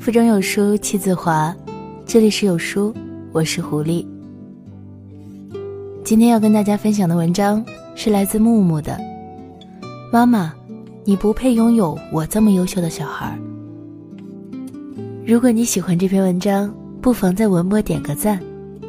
腹中有书气自华，这里是有书，我是狐狸。今天要跟大家分享的文章是来自木木的妈妈，你不配拥有我这么优秀的小孩。如果你喜欢这篇文章，不妨在文末点个赞。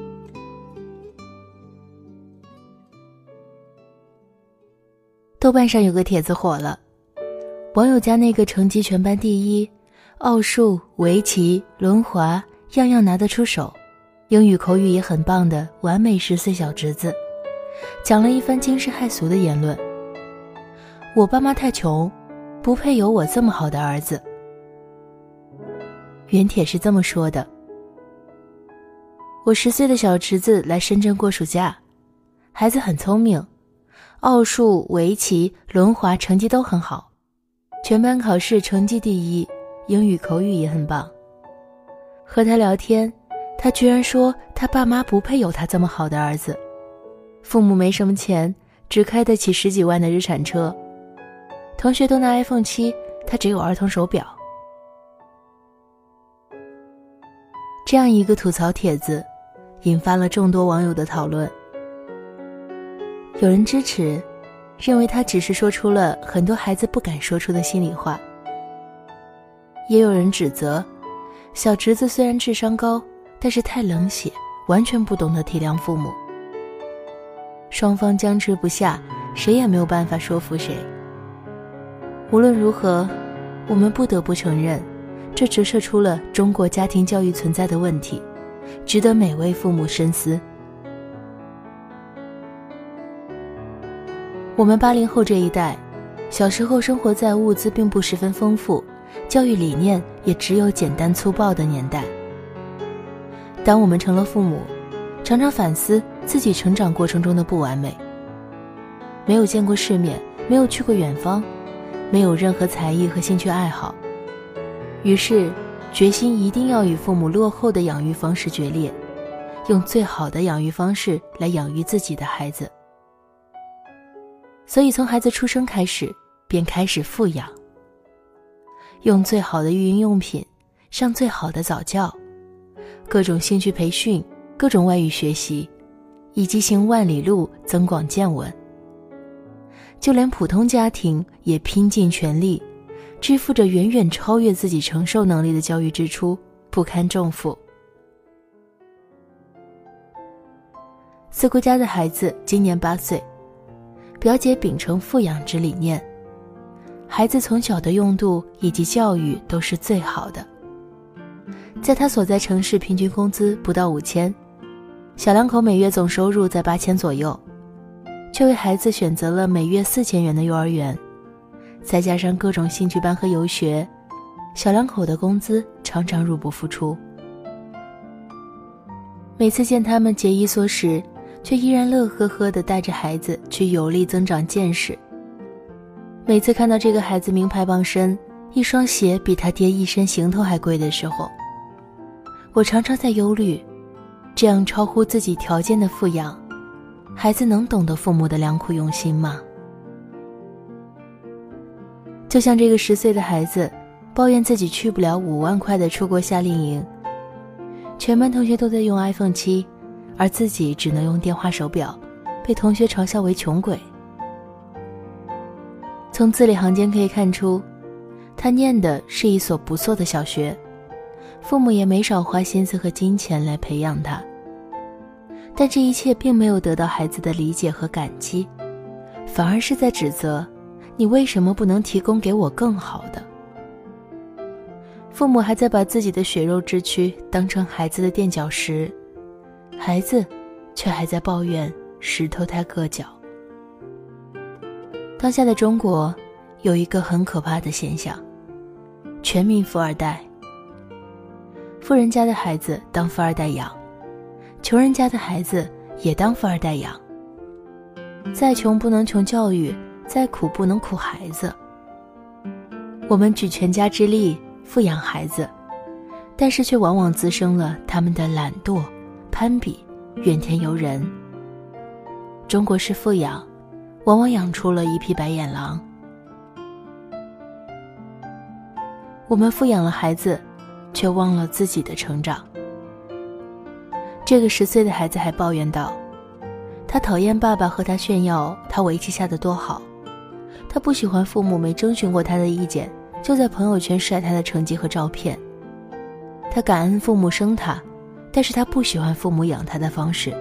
豆瓣上有个帖子火了，网友家那个成绩全班第一，奥数、围棋、轮滑样样拿得出手，英语口语也很棒的完美10岁小侄子，讲了一番惊世骇俗的言论。我爸妈太穷，不配有我这么好的儿子。原帖是这么说的：我10岁的小侄子来深圳过暑假，孩子很聪明，奥数、围棋、轮滑成绩都很好，全班考试成绩第一，英语口语也很棒。和他聊天，他居然说他爸妈不配有他这么好的儿子，父母没什么钱，只开得起10几万的日产车，同学都拿 iPhone 7，他只有儿童手表。这样一个吐槽帖子引发了众多网友的讨论，有人支持，认为他只是说出了很多孩子不敢说出的心里话，也有人指责小侄子虽然智商高，但是太冷血，完全不懂得体谅父母。双方僵持不下，谁也没有办法说服谁。无论如何，我们不得不承认，这折射出了中国家庭教育存在的问题，值得每位父母深思。我们80后这一代，小时候生活在物资并不十分丰富，教育理念也只有简单粗暴的年代。当我们成了父母，常常反思自己成长过程中的不完美，没有见过世面，没有去过远方，没有任何才艺和兴趣爱好，于是决心一定要与父母落后的养育方式决裂，用最好的养育方式来养育自己的孩子。所以从孩子出生开始，便开始富养，用最好的育婴用品，上最好的早教，各种兴趣培训，各种外语学习，以及行万里路增广见闻。就连普通家庭也拼尽全力，支付着远远超越自己承受能力的教育支出，不堪重负。四姑家的孩子今年8岁，表姐秉承富养之理念，孩子从小的用度以及教育都是最好的。在她所在城市，平均工资不到5000，小两口每月总收入在8000左右，却为孩子选择了每月4000元的幼儿园，再加上各种兴趣班和游学，小两口的工资常常入不敷出。每次见他们节衣缩食，却依然乐呵呵地带着孩子去有力增长见识。每次看到这个孩子名牌傍身，一双鞋比他爹一身行头还贵的时候，我常常在忧虑，这样超乎自己条件的富养，孩子能懂得父母的良苦用心吗？就像这个10岁的孩子抱怨自己去不了5万块的出国夏令营，全班同学都在用 iPhone 7，而自己只能用电话手表，被同学嘲笑为穷鬼。从字里行间可以看出，他念的是一所不错的小学，父母也没少花心思和金钱来培养他。但这一切并没有得到孩子的理解和感激，反而是在指责，你为什么不能提供给我更好的？父母还在把自己的血肉之躯当成孩子的垫脚石，孩子却还在抱怨石头太硌脚。当下的中国有一个很可怕的现象，全民富二代。富人家的孩子当富二代养，穷人家的孩子也当富二代养。再穷不能穷教育，再苦不能苦孩子。我们举全家之力富养孩子，但是却往往滋生了他们的懒惰、攀比、怨天尤人。中国式富养往往养出了一批白眼狼。我们富养了孩子， 却忘了自己的成长。这个10岁的孩子还抱怨道，他讨厌爸爸和他炫耀他围棋下得多好，他不喜欢父母没征询过他的意见就在朋友圈晒他的成绩和照片，他感恩父母生他，但是他不喜欢父母养他的方式。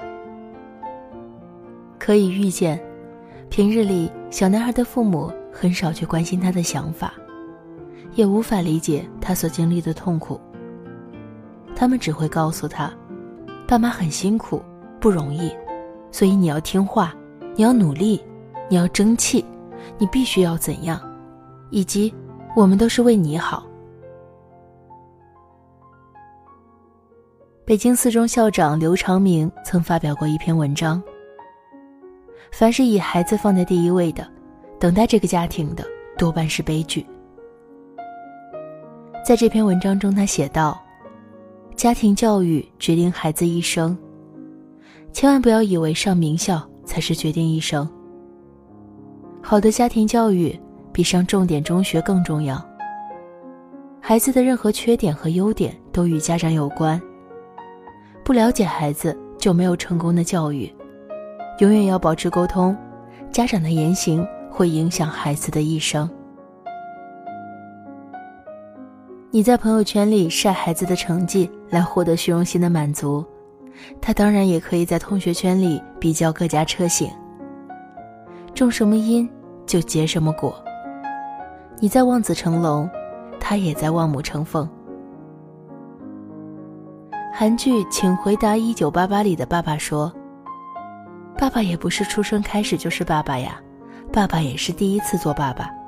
可以预见，平日里小男孩的父母很少去关心他的想法，也无法理解他所经历的痛苦。他们只会告诉他，爸妈很辛苦，不容易，所以你要听话，你要努力，你要争气，你必须要怎样，以及我们都是为你好。北京四中校长刘长明曾发表过一篇文章，凡是以孩子放在第一位的，等待这个家庭的多半是悲剧。在这篇文章中他写道，家庭教育决定孩子一生，千万不要以为上名校才是决定一生。好的家庭教育比上重点中学更重要。孩子的任何缺点和优点都与家长有关，不了解孩子就没有成功的教育。永远要保持沟通，家长的言行会影响孩子的一生。你在朋友圈里晒孩子的成绩来获得虚荣心的满足，他当然也可以在同学圈里比较各家车型。种什么因就结什么果，你在望子成龙，他也在望母成凤。韩剧《请回答1988》里的爸爸说，爸爸也不是出生开始就是爸爸呀，爸爸也是第一次做爸爸。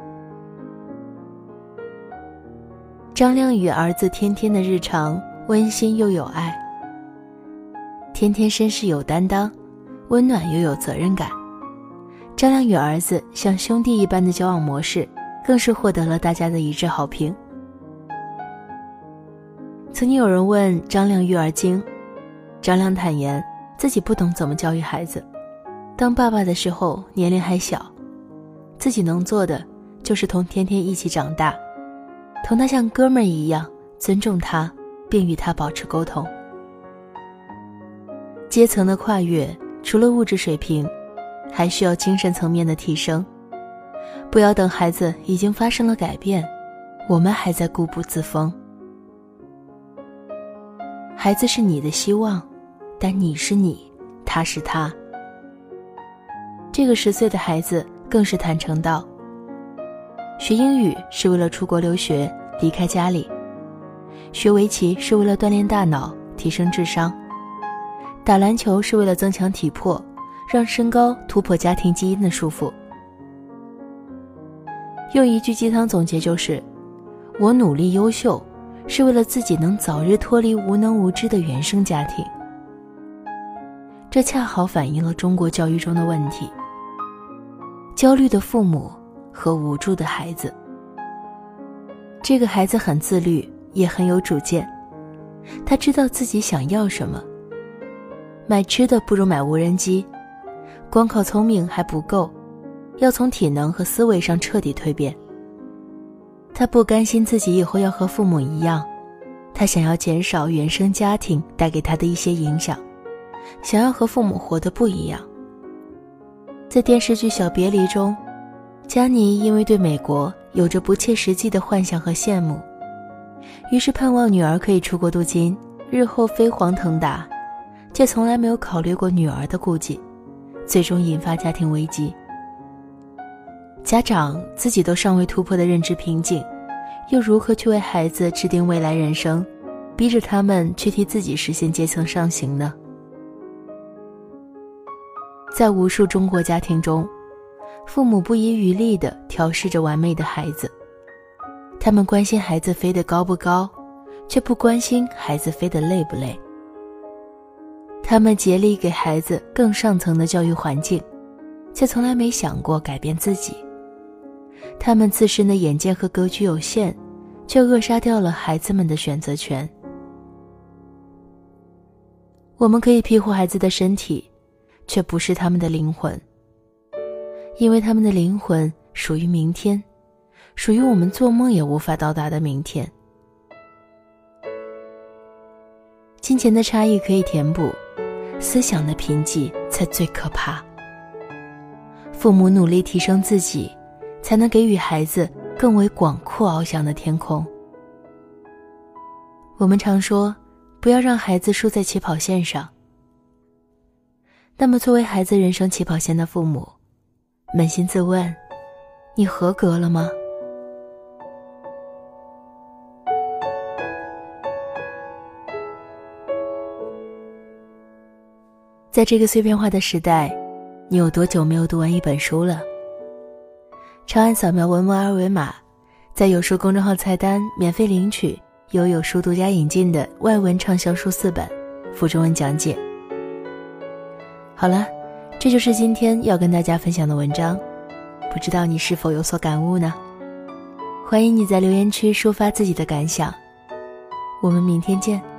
张亮与儿子天天的日常温馨又有爱，天天绅士有担当，温暖又有责任感。张亮与儿子像兄弟一般的交往模式更是获得了大家的一致好评。曾经有人问张亮育儿经，张亮坦言自己不懂怎么教育孩子，当爸爸的时候年龄还小，自己能做的就是同天天一起长大，同他像哥们儿一样尊重他，并与他保持沟通。阶层的跨越除了物质水平，还需要精神层面的提升。不要等孩子已经发生了改变，我们还在固步自封。孩子是你的希望，但你是你，他是他。这个10岁的孩子更是坦诚道，学英语是为了出国留学，离开家里；学围棋是为了锻炼大脑，提升智商；打篮球是为了增强体魄，让身高突破家庭基因的束缚。用一句鸡汤总结就是，我努力优秀是为了自己能早日脱离无能无知的原生家庭。这恰好反映了中国教育中的问题：焦虑的父母和无助的孩子。这个孩子很自律，也很有主见，他知道自己想要什么。买吃的不如买无人机，光靠聪明还不够，要从体能和思维上彻底蜕变。他不甘心自己以后要和父母一样，他想要减少原生家庭带给他的一些影响，想要和父母活得不一样。在电视剧《小别离》中，佳妮因为对美国有着不切实际的幻想和羡慕，于是盼望女儿可以出国镀金，日后飞黄腾达，却从来没有考虑过女儿的顾忌，最终引发家庭危机。家长自己都尚未突破的认知瓶颈，又如何去为孩子制定未来人生，逼着他们去替自己实现阶层上行呢？在无数中国家庭中，父母不遗余力地调试着完美的孩子，他们关心孩子飞得高不高，却不关心孩子飞得累不累。他们竭力给孩子更上层的教育环境，却从来没想过改变自己。他们自身的眼界和格局有限，却扼杀掉了孩子们的选择权。我们可以庇护孩子的身体，却不是他们的灵魂，因为他们的灵魂属于明天，属于我们做梦也无法到达的明天。 金钱的差异可以填补，思想的贫瘠才最可怕。父母努力提升自己，才能给予孩子更为广阔翱翔的天空。我们常说，不要让孩子输在起跑线上。那么作为孩子人生起跑线的父母，扪心自问，你合格了吗？在这个碎片化的时代，你有多久没有读完一本书了？长按扫描文末二维码，在有书公众号菜单免费领取由有书独家引进的外文畅销书4本，附中文讲解。好了，这就是今天要跟大家分享的文章，不知道你是否有所感悟呢？欢迎你在留言区抒发自己的感想，我们明天见。